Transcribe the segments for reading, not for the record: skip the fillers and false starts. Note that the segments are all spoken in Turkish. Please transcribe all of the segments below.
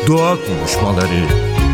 Doğa Konuşmaları.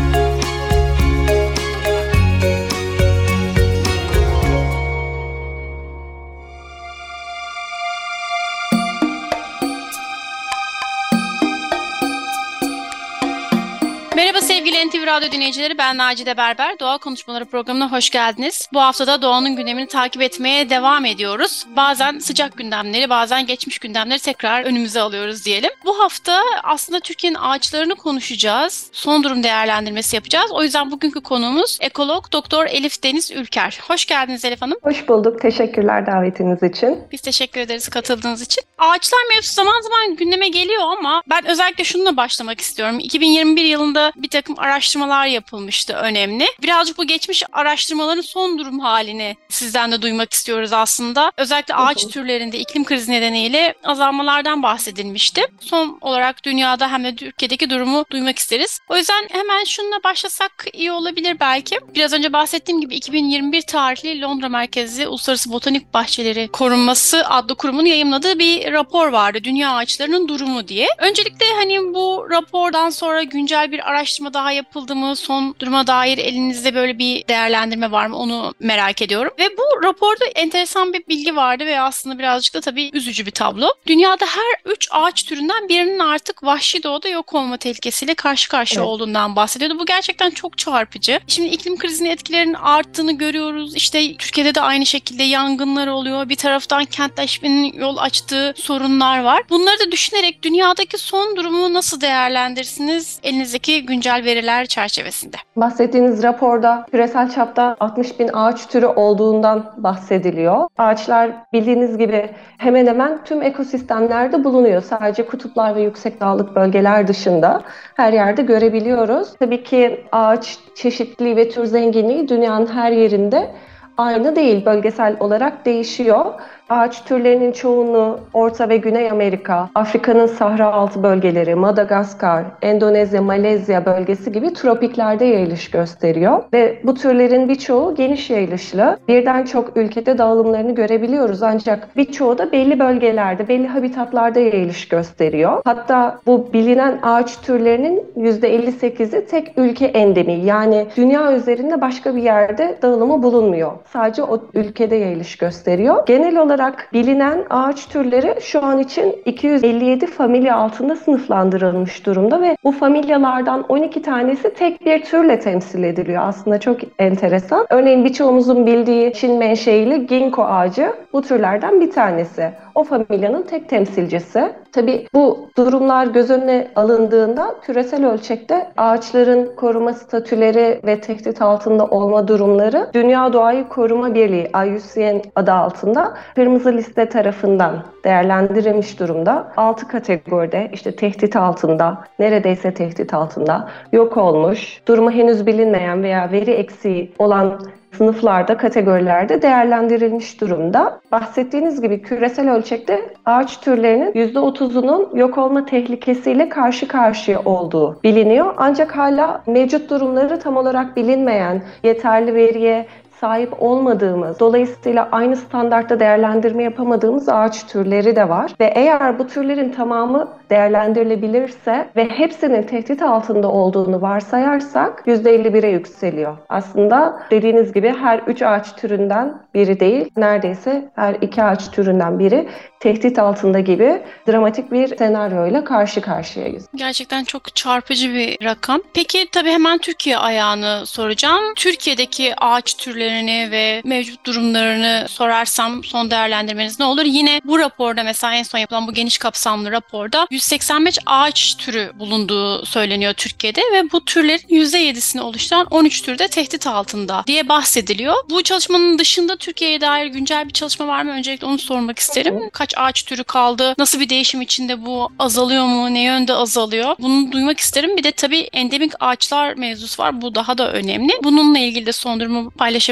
Merhaba sevgili NTV Radyo dinleyicileri, ben Nacide Berber. Doğa Konuşmaları programına hoş geldiniz. Bu haftada doğanın gündemini takip etmeye devam ediyoruz. Bazen sıcak gündemleri, bazen geçmiş gündemleri tekrar önümüze alıyoruz diyelim. Bu hafta aslında Türkiye'nin ağaçlarını konuşacağız. Son durum değerlendirmesi yapacağız. O yüzden bugünkü konuğumuz ekolog Doktor Elif Deniz Ülker. Hoş geldiniz Elif Hanım. Hoş bulduk. Teşekkürler davetiniz için. Biz teşekkür ederiz katıldığınız için. Ağaçlar mevzusu zaman zaman gündeme geliyor ama ben özellikle şununla başlamak istiyorum. 2021 yılında bir takım araştırmalar yapılmıştı, önemli. Birazcık bu geçmiş araştırmaların son durum halini sizden de duymak istiyoruz aslında. Özellikle ağaç türlerinde iklim krizi nedeniyle azalmalardan bahsedilmişti. Son olarak dünyada hem de Türkiye'deki durumu duymak isteriz. O yüzden hemen şununla başlasak iyi olabilir belki. Biraz önce bahsettiğim gibi 2021 tarihli Londra merkezli Uluslararası Botanik Bahçeleri Korunması adlı kurumun yayımladığı bir rapor vardı. Dünya ağaçlarının durumu diye. Öncelikle bu rapordan sonra güncel bir araştırma daha yapıldı mı? Son duruma dair elinizde böyle bir değerlendirme var mı? Onu merak ediyorum. Ve bu raporda enteresan bir bilgi vardı ve aslında birazcık da tabii üzücü bir tablo. Dünyada her 3 ağaç türünden birinin artık vahşi doğada yok olma tehlikesiyle karşı karşıya olduğundan bahsediyordu. Bu gerçekten çok çarpıcı. Şimdi iklim krizinin etkilerinin arttığını görüyoruz. İşte Türkiye'de de aynı şekilde yangınlar oluyor. Bir taraftan kentleşmenin yol açtığı sorunlar var. Bunları da düşünerek dünyadaki son durumu nasıl değerlendirirsiniz elinizdeki güncel veriler çerçevesinde? Bahsettiğiniz raporda küresel çapta 60 bin ağaç türü olduğundan bahsediliyor. Ağaçlar bildiğiniz gibi hemen hemen tüm ekosistemlerde bulunuyor. Sadece kutuplar ve yüksek dağlık bölgeler dışında her yerde görebiliyoruz. Tabii ki ağaç çeşitliliği ve tür zenginliği dünyanın her yerinde aynı değil, bölgesel olarak değişiyor. Ağaç türlerinin çoğunluğu Orta ve Güney Amerika, Afrika'nın Sahra altı bölgeleri, Madagaskar, Endonezya, Malezya bölgesi gibi tropiklerde yayılış gösteriyor. Ve bu türlerin birçoğu geniş yayılışlı. Birden çok ülkede dağılımlarını görebiliyoruz ancak birçoğu da belli bölgelerde, belli habitatlarda yayılış gösteriyor. Hatta bu bilinen ağaç türlerinin %58'i tek ülke endemi, yani dünya üzerinde başka bir yerde dağılımı bulunmuyor. Sadece o ülkede yayılış gösteriyor. Genel olarak bilinen ağaç türleri şu an için 257 familya altında sınıflandırılmış durumda ve bu familyalardan 12 tanesi tek bir türle temsil ediliyor. Aslında çok enteresan. Örneğin birçoğumuzun bildiği Çin menşeili ginkgo ağacı bu türlerden bir tanesi. O familyanın tek temsilcisi. Tabii bu durumlar göz önüne alındığında küresel ölçekte ağaçların koruma statüleri ve tehdit altında olma durumları Dünya Doğayı Koruma Birliği IUCN adı altında kırmızı liste tarafından değerlendirilmiş durumda. 6 kategoride işte tehdit altında, neredeyse tehdit altında, yok olmuş, durumu henüz bilinmeyen veya veri eksiği olan sınıflarda, kategorilerde değerlendirilmiş durumda. Bahsettiğiniz gibi küresel ölçekte ağaç türlerinin %30'unun yok olma tehlikesiyle karşı karşıya olduğu biliniyor. Ancak hala mevcut durumları tam olarak bilinmeyen, yeterli veriye sahip olmadığımız, dolayısıyla aynı standartta değerlendirme yapamadığımız ağaç türleri de var. Ve eğer bu türlerin tamamı değerlendirilebilirse ve hepsinin tehdit altında olduğunu varsayarsak %51'e yükseliyor. Aslında dediğiniz gibi her 3 ağaç türünden biri değil, neredeyse her 2 ağaç türünden biri tehdit altında gibi dramatik bir senaryoyla karşı karşıyayız. Gerçekten çok çarpıcı bir rakam. Peki tabii hemen Türkiye ayağını soracağım. Türkiye'deki ağaç türlerini ve mevcut durumlarını sorarsam son değerlendirmeniz ne olur? Yine bu raporda, mesela en son yapılan bu geniş kapsamlı raporda 185 ağaç türü bulunduğu söyleniyor Türkiye'de ve bu türlerin %7'sini oluşturan 13 tür de tehdit altında diye bahsediliyor. Bu çalışmanın dışında Türkiye'ye dair güncel bir çalışma var mı? Öncelikle onu sormak isterim. Kaç ağaç türü kaldı? Nasıl bir değişim içinde bu? Azalıyor mu? Ne yönde azalıyor? Bunu duymak isterim. Bir de tabii endemik ağaçlar mevzusu var. Bu daha da önemli. Bununla ilgili de son durumu paylaşabilir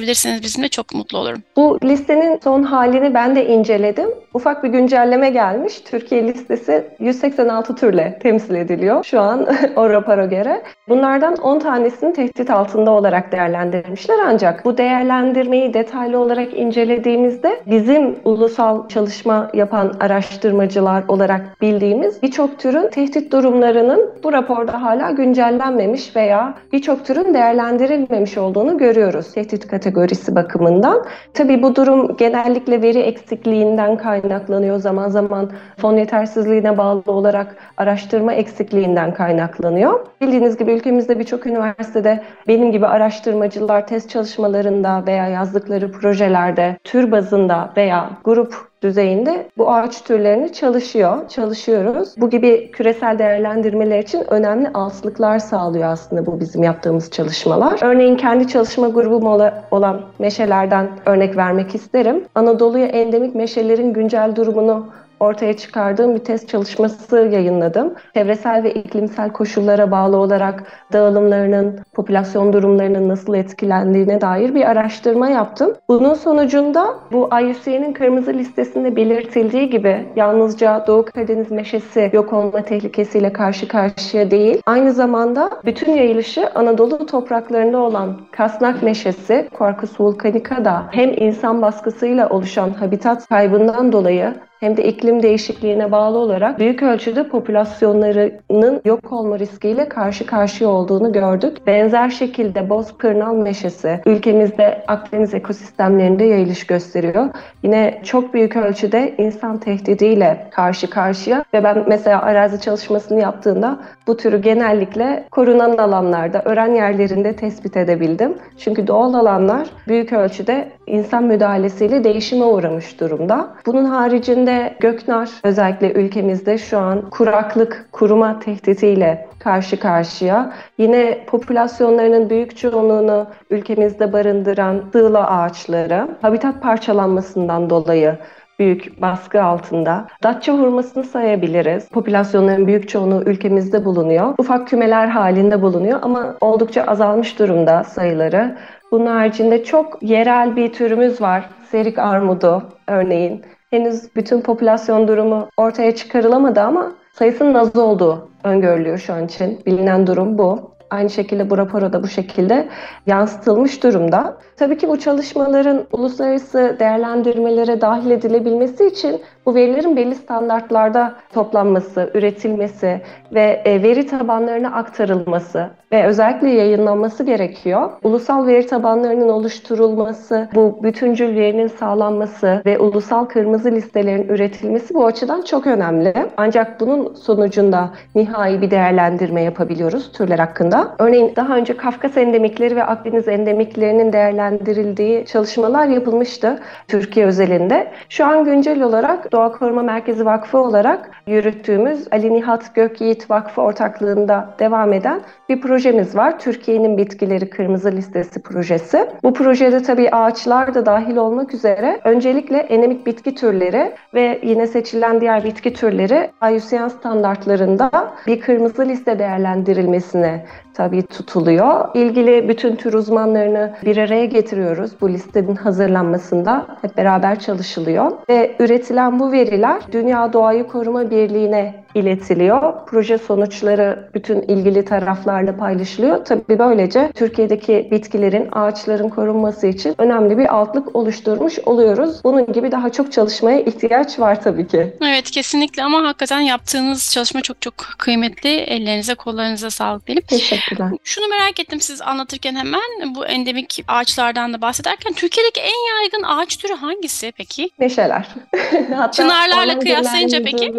paylaşabilirseniz bizimle çok mutlu olurum. Bu listenin son halini ben de inceledim. Ufak bir güncelleme gelmiş. Türkiye listesi 186 türle temsil ediliyor şu an o rapora göre. Bunlardan 10 tanesini tehdit altında olarak değerlendirmişler, ancak bu değerlendirmeyi detaylı olarak incelediğimizde bizim ulusal çalışma yapan araştırmacılar olarak bildiğimiz birçok türün tehdit durumlarının bu raporda hala güncellenmemiş veya birçok türün değerlendirilmemiş olduğunu görüyoruz tehdit kategorisi bakımından. Tabii bu durum genellikle veri eksikliğinden kaynaklanıyor. Zaman zaman fon yetersizliğine bağlı olarak araştırma eksikliğinden kaynaklanıyor. Bildiğiniz gibi ülkemizde birçok üniversitede benim gibi araştırmacılar test çalışmalarında veya yazdıkları projelerde tür bazında veya grup düzeyinde bu ağaç türlerini çalışıyoruz. Bu gibi küresel değerlendirmeler için önemli altlıklar sağlıyor aslında bu bizim yaptığımız çalışmalar. Örneğin kendi çalışma grubum olan meşelerden örnek vermek isterim. Anadolu'ya endemik meşelerin güncel durumunu ortaya çıkardığım bir test çalışması yayınladım. Çevresel ve iklimsel koşullara bağlı olarak dağılımlarının, popülasyon durumlarının nasıl etkilendiğine dair bir araştırma yaptım. Bunun sonucunda bu IUCN'in kırmızı listesinde belirtildiği gibi yalnızca Doğu Karadeniz meşesi yok olma tehlikesiyle karşı karşıya değil, aynı zamanda bütün yayılışı Anadolu topraklarında olan kasnak meşesi, Quercus volcanica da hem insan baskısıyla oluşan habitat kaybından dolayı hem de iklim değişikliğine bağlı olarak büyük ölçüde popülasyonlarının yok olma riskiyle karşı karşıya olduğunu gördük. Benzer şekilde Bozpırnal meşesi ülkemizde Akdeniz ekosistemlerinde yayılış gösteriyor. Yine çok büyük ölçüde insan tehdidiyle karşı karşıya ve ben mesela arazi çalışmasını yaptığımda bu türü genellikle korunan alanlarda, ören yerlerinde tespit edebildim. Çünkü doğal alanlar büyük ölçüde insan müdahalesiyle değişime uğramış durumda. Bunun haricinde göknar özellikle ülkemizde şu an kuraklık, kuruma tehditiyle karşı karşıya. Yine popülasyonlarının büyük çoğunluğunu ülkemizde barındıran sığla ağaçları habitat parçalanmasından dolayı büyük baskı altında. Datça hurmasını sayabiliriz. Popülasyonların büyük çoğunluğu ülkemizde bulunuyor. Ufak kümeler halinde bulunuyor ama oldukça azalmış durumda sayıları. Bunun haricinde çok yerel bir türümüz var. Serik armudu örneğin. Henüz bütün popülasyon durumu ortaya çıkarılamadı ama sayısının az olduğu öngörülüyor şu an için. Bilinen durum bu. Aynı şekilde bu rapora da bu şekilde yansıtılmış durumda. Tabii ki bu çalışmaların uluslararası değerlendirmelere dahil edilebilmesi için bu verilerin belli standartlarda toplanması, üretilmesi ve veri tabanlarına aktarılması ve özellikle yayınlanması gerekiyor. Ulusal veri tabanlarının oluşturulması, bu bütüncül verinin sağlanması ve ulusal kırmızı listelerin üretilmesi bu açıdan çok önemli. Ancak bunun sonucunda nihai bir değerlendirme yapabiliyoruz türler hakkında. Örneğin daha önce Kafkas endemikleri ve Akdeniz endemiklerinin değerlendirildiği çalışmalar yapılmıştı Türkiye özelinde. Şu an güncel olarak Doğa Koruma Merkezi Vakfı olarak yürüttüğümüz Ali Nihat Gökyiğit Vakfı ortaklığında devam eden bir projemiz var. Türkiye'nin Bitkileri Kırmızı Listesi projesi. Bu projede tabii ağaçlar da dahil olmak üzere öncelikle endemik bitki türleri ve yine seçilen diğer bitki türleri IUCN standartlarında bir kırmızı liste değerlendirilmesine tabii tutuluyor. İlgili bütün tür uzmanlarını bir araya getiriyoruz. Bu listenin hazırlanmasında hep beraber çalışılıyor ve üretilen bu veriler Dünya Doğayı Koruma Birliği'ne iletiliyor. Proje sonuçları bütün ilgili taraflarla paylaşılıyor. Tabii böylece Türkiye'deki bitkilerin, ağaçların korunması için önemli bir altlık oluşturmuş oluyoruz. Bunun gibi daha çok çalışmaya ihtiyaç var tabii ki. Evet, kesinlikle ama hakikaten yaptığınız çalışma çok çok kıymetli. Ellerinize, kollarınıza sağlık diyelim. Teşekkürler. Şunu merak ettim siz anlatırken hemen bu endemik ağaçlardan da bahsederken Türkiye'deki en yaygın ağaç türü hangisi peki? Meşeler. Hatta Çınarlarla kıyaslayınca peki?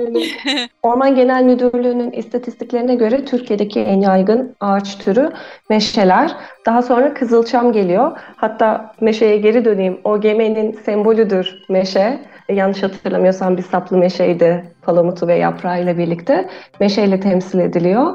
Orman Genel Müdürlüğü'nün istatistiklerine göre Türkiye'deki en yaygın ağaç türü meşeler. Daha sonra kızılçam geliyor. Hatta meşeye geri döneyim. OGM'nin sembolüdür meşe. Yanlış hatırlamıyorsam bir saplı meşeydi, palamutu ve yaprağıyla birlikte meşeyle temsil ediliyor.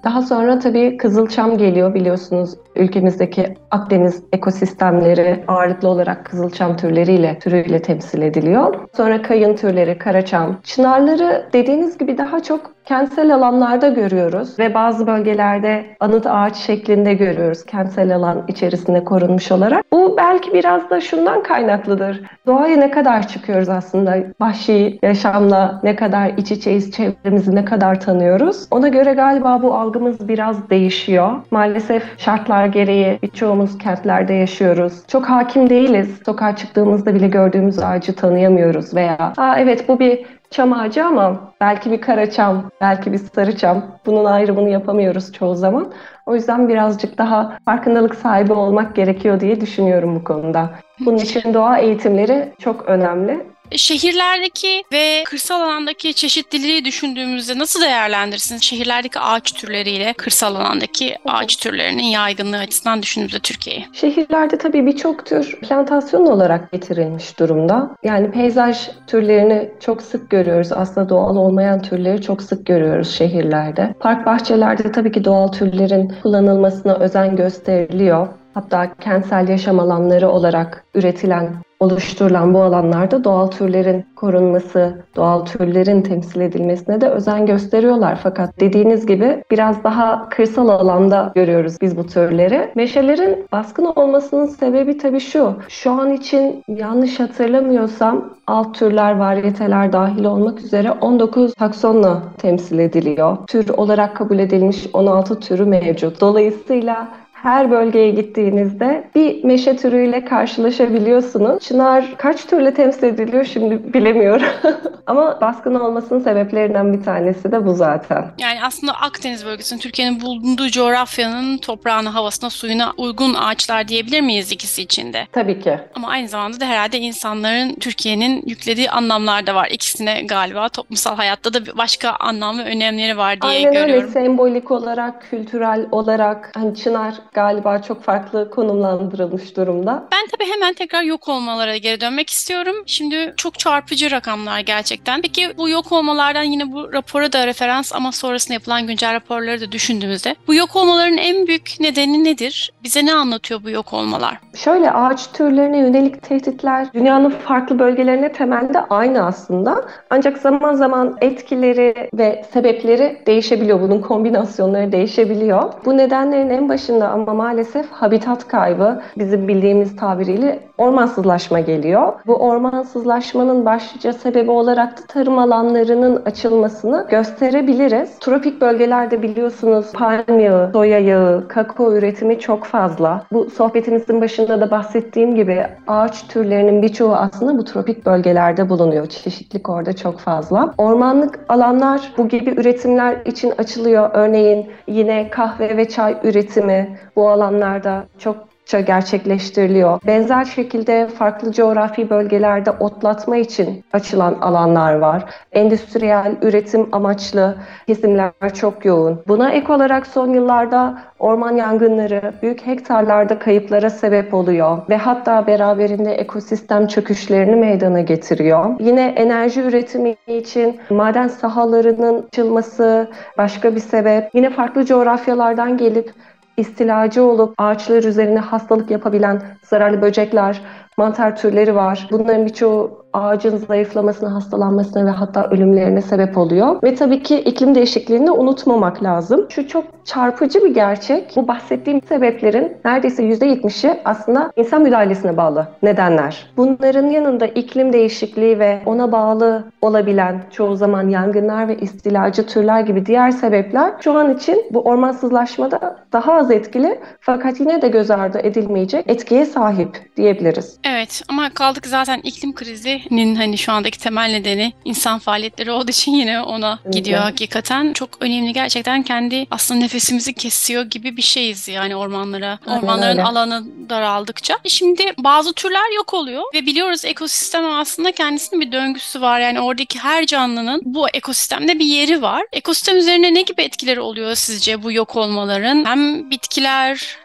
Daha sonra tabii Kızılçam geliyor, biliyorsunuz ülkemizdeki Akdeniz ekosistemleri ağırlıklı olarak Kızılçam türüyle temsil ediliyor. Sonra kayın türleri, Karaçam. Çınarları dediğiniz gibi daha çok kentsel alanlarda görüyoruz ve bazı bölgelerde anıt ağaç şeklinde görüyoruz kentsel alan içerisinde korunmuş olarak. Bu belki biraz da şundan kaynaklıdır. Doğaya ne kadar çıkıyoruz aslında, vahşi yaşamla ne kadar iç içeyiz, çevremizi ne kadar tanıyoruz. Ona göre galiba bu algımız biraz değişiyor. Maalesef şartlar gereği birçoğumuz kentlerde yaşıyoruz. Çok hakim değiliz. Sokağa çıktığımızda bile gördüğümüz ağacı tanıyamıyoruz veya evet bu bir çam ağacı ama belki bir karaçam, belki bir sarıçam. Bunun ayrımını yapamıyoruz çoğu zaman. O yüzden birazcık daha farkındalık sahibi olmak gerekiyor diye düşünüyorum bu konuda. Bunun için doğa eğitimleri çok önemli. Şehirlerdeki ve kırsal alandaki çeşitliliği düşündüğümüzde nasıl değerlendirirsiniz? Şehirlerdeki ağaç türleriyle kırsal alandaki ağaç türlerinin yaygınlığı açısından düşündüğümüzde Türkiye'yi. Şehirlerde tabii birçok tür plantasyon olarak getirilmiş durumda. Yani peyzaj türlerini çok sık görüyoruz. Aslında doğal olmayan türleri çok sık görüyoruz şehirlerde. Park bahçelerde tabii ki doğal türlerin kullanılmasına özen gösteriliyor. Hatta kentsel yaşam alanları olarak oluşturulan bu alanlarda doğal türlerin korunması, doğal türlerin temsil edilmesine de özen gösteriyorlar. Fakat dediğiniz gibi biraz daha kırsal alanda görüyoruz biz bu türleri. Meşelerin baskın olmasının sebebi tabii şu. Şu an için yanlış hatırlamıyorsam alt türler, varyeteler dahil olmak üzere 19 taksonla temsil ediliyor. Tür olarak kabul edilmiş 16 türü mevcut. Dolayısıyla her bölgeye gittiğinizde bir meşe türüyle karşılaşabiliyorsunuz. Çınar kaç türle temsil ediliyor şimdi bilemiyorum. Ama baskın olmasının sebeplerinden bir tanesi de bu zaten. Yani aslında Akdeniz bölgesinin, Türkiye'nin bulunduğu coğrafyanın toprağına, havasına, suyuna uygun ağaçlar diyebilir miyiz ikisi için de? Tabii ki. Ama aynı zamanda da herhalde insanların, Türkiye'nin yüklediği anlamlar da var. İkisine galiba toplumsal hayatta da başka anlam ve önemleri var diye görüyorum. Aynen öyle. görüyorum. Sembolik olarak, kültürel olarak çınar galiba çok farklı konumlandırılmış durumda. Ben tabii hemen tekrar yok olmalara geri dönmek istiyorum. Şimdi çok çarpıcı rakamlar gerçekten. Peki bu yok olmalardan, yine bu rapora da referans ama sonrasında yapılan güncel raporları da düşündüğümüzde bu yok olmaların en büyük nedeni nedir? Bize ne anlatıyor bu yok olmalar? Şöyle, ağaç türlerine yönelik tehditler dünyanın farklı bölgelerine temelde aynı aslında. Ancak zaman zaman etkileri ve sebepleri değişebiliyor. Bunun kombinasyonları değişebiliyor. Bu nedenlerin en başında ama maalesef habitat kaybı, bizim bildiğimiz tabiriyle ormansızlaşma geliyor. Bu ormansızlaşmanın başlıca sebebi olarak da tarım alanlarının açılmasını gösterebiliriz. Tropik bölgelerde biliyorsunuz palm yağı, soya yağı, kakao üretimi çok fazla. Bu sohbetimizin başında da bahsettiğim gibi ağaç türlerinin birçoğu aslında bu tropik bölgelerde bulunuyor. Çeşitlilik orada çok fazla. Ormanlık alanlar bu gibi üretimler için açılıyor. Örneğin yine kahve ve çay üretimi bu alanlarda çokça gerçekleştiriliyor. Benzer şekilde farklı coğrafi bölgelerde otlatma için açılan alanlar var. Endüstriyel üretim amaçlı kesimler çok yoğun. Buna ek olarak son yıllarda orman yangınları büyük hektarlarda kayıplara sebep oluyor ve hatta beraberinde ekosistem çöküşlerini meydana getiriyor. Yine enerji üretimi için maden sahalarının açılması başka bir sebep. Yine farklı coğrafyalardan gelip istilacı olup ağaçlar üzerine hastalık yapabilen zararlı böcekler, mantar türleri var. Bunların birçoğu ağacın zayıflamasına, hastalanmasına ve hatta ölümlerine sebep oluyor. Ve tabii ki iklim değişikliğini unutmamak lazım. Şu çok çarpıcı bir gerçek. Bu bahsettiğim sebeplerin neredeyse %70'i aslında insan müdahalesine bağlı nedenler. Bunların yanında iklim değişikliği ve ona bağlı olabilen çoğu zaman yangınlar ve istilacı türler gibi diğer sebepler şu an için bu ormansızlaşmada daha az etkili fakat yine de göz ardı edilmeyecek etkiye sahip diyebiliriz. Evet, ama kaldık zaten iklim krizinin şu andaki temel nedeni insan faaliyetleri olduğu için yine ona gidiyor hakikaten. Çok önemli gerçekten, kendi aslında nefesimizi kesiyor gibi bir şeyiz yani ormanların alanı daraldıkça. Şimdi bazı türler yok oluyor ve biliyoruz ekosistem aslında kendisinin bir döngüsü var. Yani oradaki her canlının bu ekosistemde bir yeri var. Ekosistem üzerine ne gibi etkileri oluyor sizce bu yok olmaların? Hem bitkiler,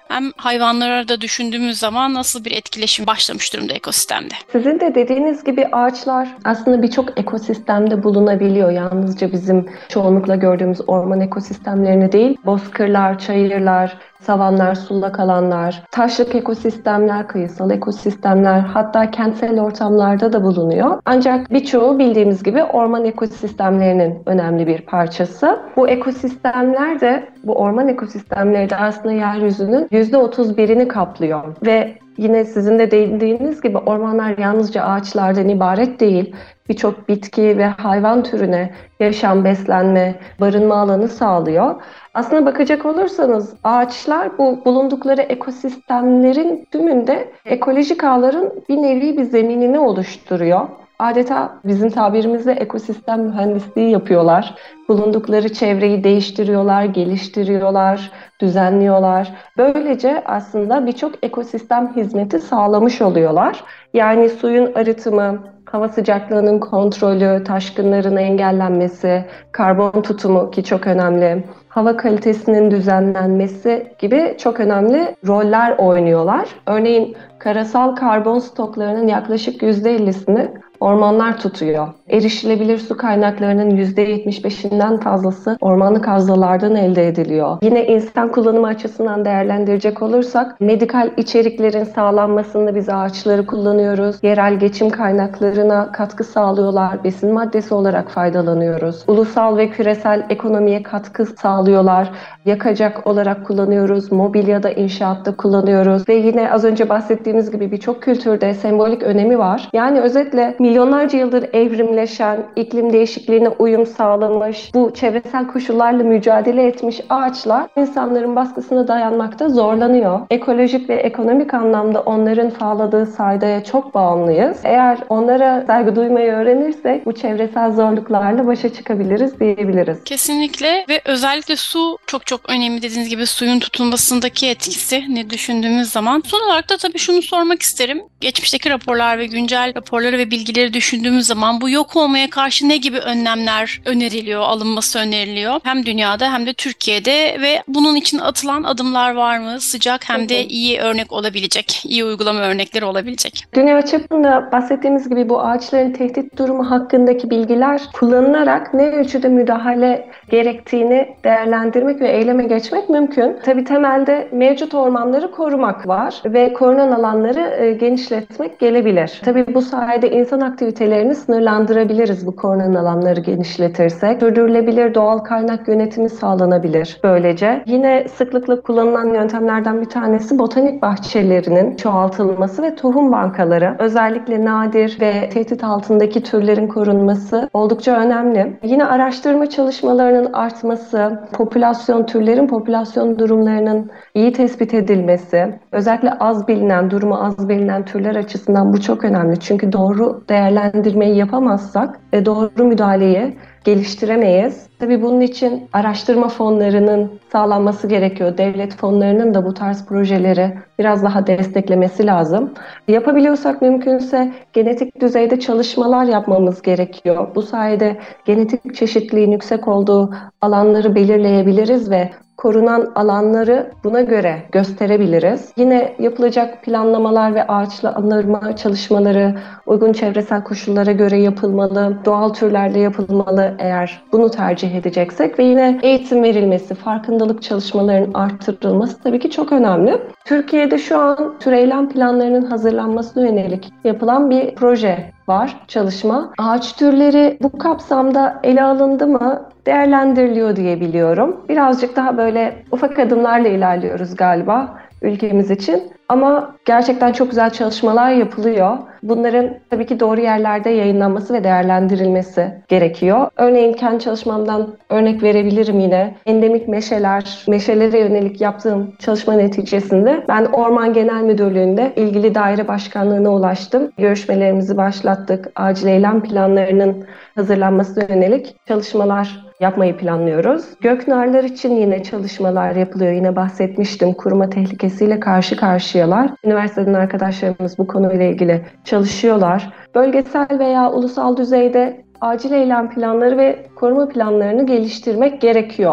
hem hayvanlara da düşündüğümüz zaman nasıl bir etkileşim başlamış durumda ekosistemde. Sizin de dediğiniz gibi ağaçlar aslında birçok ekosistemde bulunabiliyor. Yalnızca bizim çoğunlukla gördüğümüz orman ekosistemlerini değil, bozkırlar, çayırlar, savanlar, sulak alanlar, taşlık ekosistemler, kıyısal ekosistemler, hatta kentsel ortamlarda da bulunuyor. Ancak birçoğu bildiğimiz gibi orman ekosistemlerinin önemli bir parçası. Bu ekosistemler de, bu orman ekosistemleri de aslında yeryüzünün %31'ini kaplıyor ve yine sizin de değindiğiniz gibi ormanlar yalnızca ağaçlardan ibaret değil. Birçok bitki ve hayvan türüne yaşam, beslenme, barınma alanı sağlıyor. Aslına bakacak olursanız ağaçlar bu bulundukları ekosistemlerin tümünde ekolojik ağların bir nevi bir zeminini oluşturuyor. Adeta bizim tabirimizle ekosistem mühendisliği yapıyorlar. Bulundukları çevreyi değiştiriyorlar, geliştiriyorlar, düzenliyorlar. Böylece aslında birçok ekosistem hizmeti sağlamış oluyorlar. Yani suyun arıtımı, hava sıcaklığının kontrolü, taşkınların engellenmesi, karbon tutumu ki çok önemli, hava kalitesinin düzenlenmesi gibi çok önemli roller oynuyorlar. Örneğin karasal karbon stoklarının yaklaşık %50'sini ormanlar tutuyor. Erişilebilir su kaynaklarının %75'inden fazlası ormanlık havzalardan elde ediliyor. Yine insan kullanımı açısından değerlendirecek olursak, medikal içeriklerin sağlanmasında biz ağaçları kullanıyoruz. Yerel geçim kaynaklarına katkı sağlıyorlar. Besin maddesi olarak faydalanıyoruz. Ulusal ve küresel ekonomiye katkı sağlıyorlar. Yakacak olarak kullanıyoruz. Mobilyada, inşaatta kullanıyoruz. Ve yine az önce bahsettiğimiz gibi birçok kültürde sembolik önemi var. Yani özetle milyonlarca yıldır evrimleşen, iklim değişikliğine uyum sağlamış, bu çevresel koşullarla mücadele etmiş ağaçlar insanların baskısına dayanmakta zorlanıyor. Ekolojik ve ekonomik anlamda onların sağladığı faydaya çok bağımlıyız. Eğer onlara saygı duymayı öğrenirsek bu çevresel zorluklarla başa çıkabiliriz diyebiliriz. Kesinlikle ve özellikle su çok çok önemli, dediğiniz gibi suyun tutulmasındaki etkisi ne düşündüğümüz zaman. Son olarak da tabii şunu sormak isterim. Geçmişteki raporlar ve güncel raporları ve bilgileri düşündüğümüz zaman bu yok olmaya karşı ne gibi önlemler öneriliyor, alınması öneriliyor? Hem dünyada hem de Türkiye'de ve bunun için atılan adımlar var mı? Sıcak hem de iyi örnek olabilecek, iyi uygulama örnekleri olabilecek. Dünya çapında bahsettiğimiz gibi bu ağaçların tehdit durumu hakkındaki bilgiler kullanılarak ne ölçüde müdahale gerektiğini değerlendirmek ve eyleme geçmek mümkün. Tabii temelde mevcut ormanları korumak var ve korunan alanları genişletmek gelebilir. Tabii bu sayede insan aktivitelerini sınırlandırabiliriz bu korunan alanları genişletirsek. Sürdürülebilir doğal kaynak yönetimi sağlanabilir böylece. Yine sıklıkla kullanılan yöntemlerden bir tanesi botanik bahçelerinin çoğaltılması ve tohum bankaları. Özellikle nadir ve tehdit altındaki türlerin korunması oldukça önemli. Yine araştırma çalışmalarının artması, türlerin popülasyon durumlarının iyi tespit edilmesi, özellikle durumu az bilinen türler açısından bu çok önemli. Çünkü doğru değerlendirmeyi yapamazsak doğru müdahaleyi geliştiremeyiz. Tabii bunun için araştırma fonlarının sağlanması gerekiyor. Devlet fonlarının da bu tarz projeleri biraz daha desteklemesi lazım. Yapabiliyorsak mümkünse genetik düzeyde çalışmalar yapmamız gerekiyor. Bu sayede genetik çeşitliliğin yüksek olduğu alanları belirleyebiliriz ve korunan alanları buna göre gösterebiliriz. Yine yapılacak planlamalar ve ağaçlandırma çalışmaları uygun çevresel koşullara göre yapılmalı, doğal türlerle yapılmalı eğer bunu tercih edeceksek ve yine eğitim verilmesi, farkındalık çalışmalarının artırılması tabii ki çok önemli. Türkiye'de şu an tür eylem planlarının hazırlanmasına yönelik yapılan bir proje var, çalışma. Ağaç türleri bu kapsamda ele alındı mı? Değerlendiriliyor diye biliyorum. Birazcık daha böyle ufak adımlarla ilerliyoruz galiba ülkemiz için. Ama gerçekten çok güzel çalışmalar yapılıyor. Bunların tabii ki doğru yerlerde yayınlanması ve değerlendirilmesi gerekiyor. Örneğin kendi çalışmamdan örnek verebilirim yine. Endemik meşelere yönelik yaptığım çalışma neticesinde ben Orman Genel Müdürlüğü'nde ilgili daire başkanlığına ulaştım. Görüşmelerimizi başlattık. Acil eylem planlarının hazırlanmasına yönelik çalışmalar yapmayı planlıyoruz. Göknarlar için yine çalışmalar yapılıyor. Yine bahsetmiştim. Kuruma tehlikesiyle karşı karşıyalar. Üniversiteden arkadaşlarımız bu konuyla ilgili çalışıyorlar. Bölgesel veya ulusal düzeyde acil eylem planları ve koruma planlarını geliştirmek gerekiyor.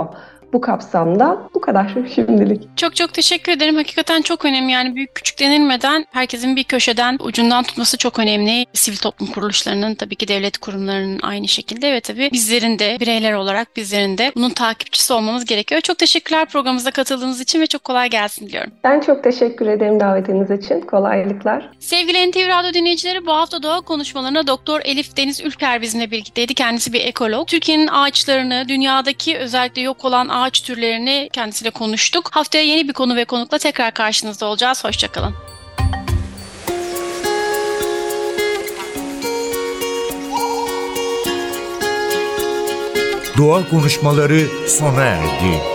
bu kapsamda bu kadar şimdilik. Çok çok teşekkür ederim. Hakikaten çok önemli. Yani büyük küçük denilmeden herkesin bir köşeden ucundan tutması çok önemli. Sivil toplum kuruluşlarının, tabii ki devlet kurumlarının aynı şekilde ve tabii bizlerin de bireyler olarak bizlerin de bunun takipçisi olmamız gerekiyor. Çok teşekkürler programımıza katıldığınız için ve çok kolay gelsin diliyorum. Ben çok teşekkür ederim davetiniz için. Kolaylıklar. Sevgili NTV Radyo dinleyicileri, bu hafta doğa konuşmalarına Doktor Elif Deniz Ülker bizimle birlikteydi. Kendisi bir ekolog. Türkiye'nin ağaçlarını, dünyadaki özellikle yok olan ağaç türlerini kendisiyle konuştuk. Haftaya yeni bir konu ve konukla tekrar karşınızda olacağız. Hoşçakalın. Doğa konuşmaları sona erdi.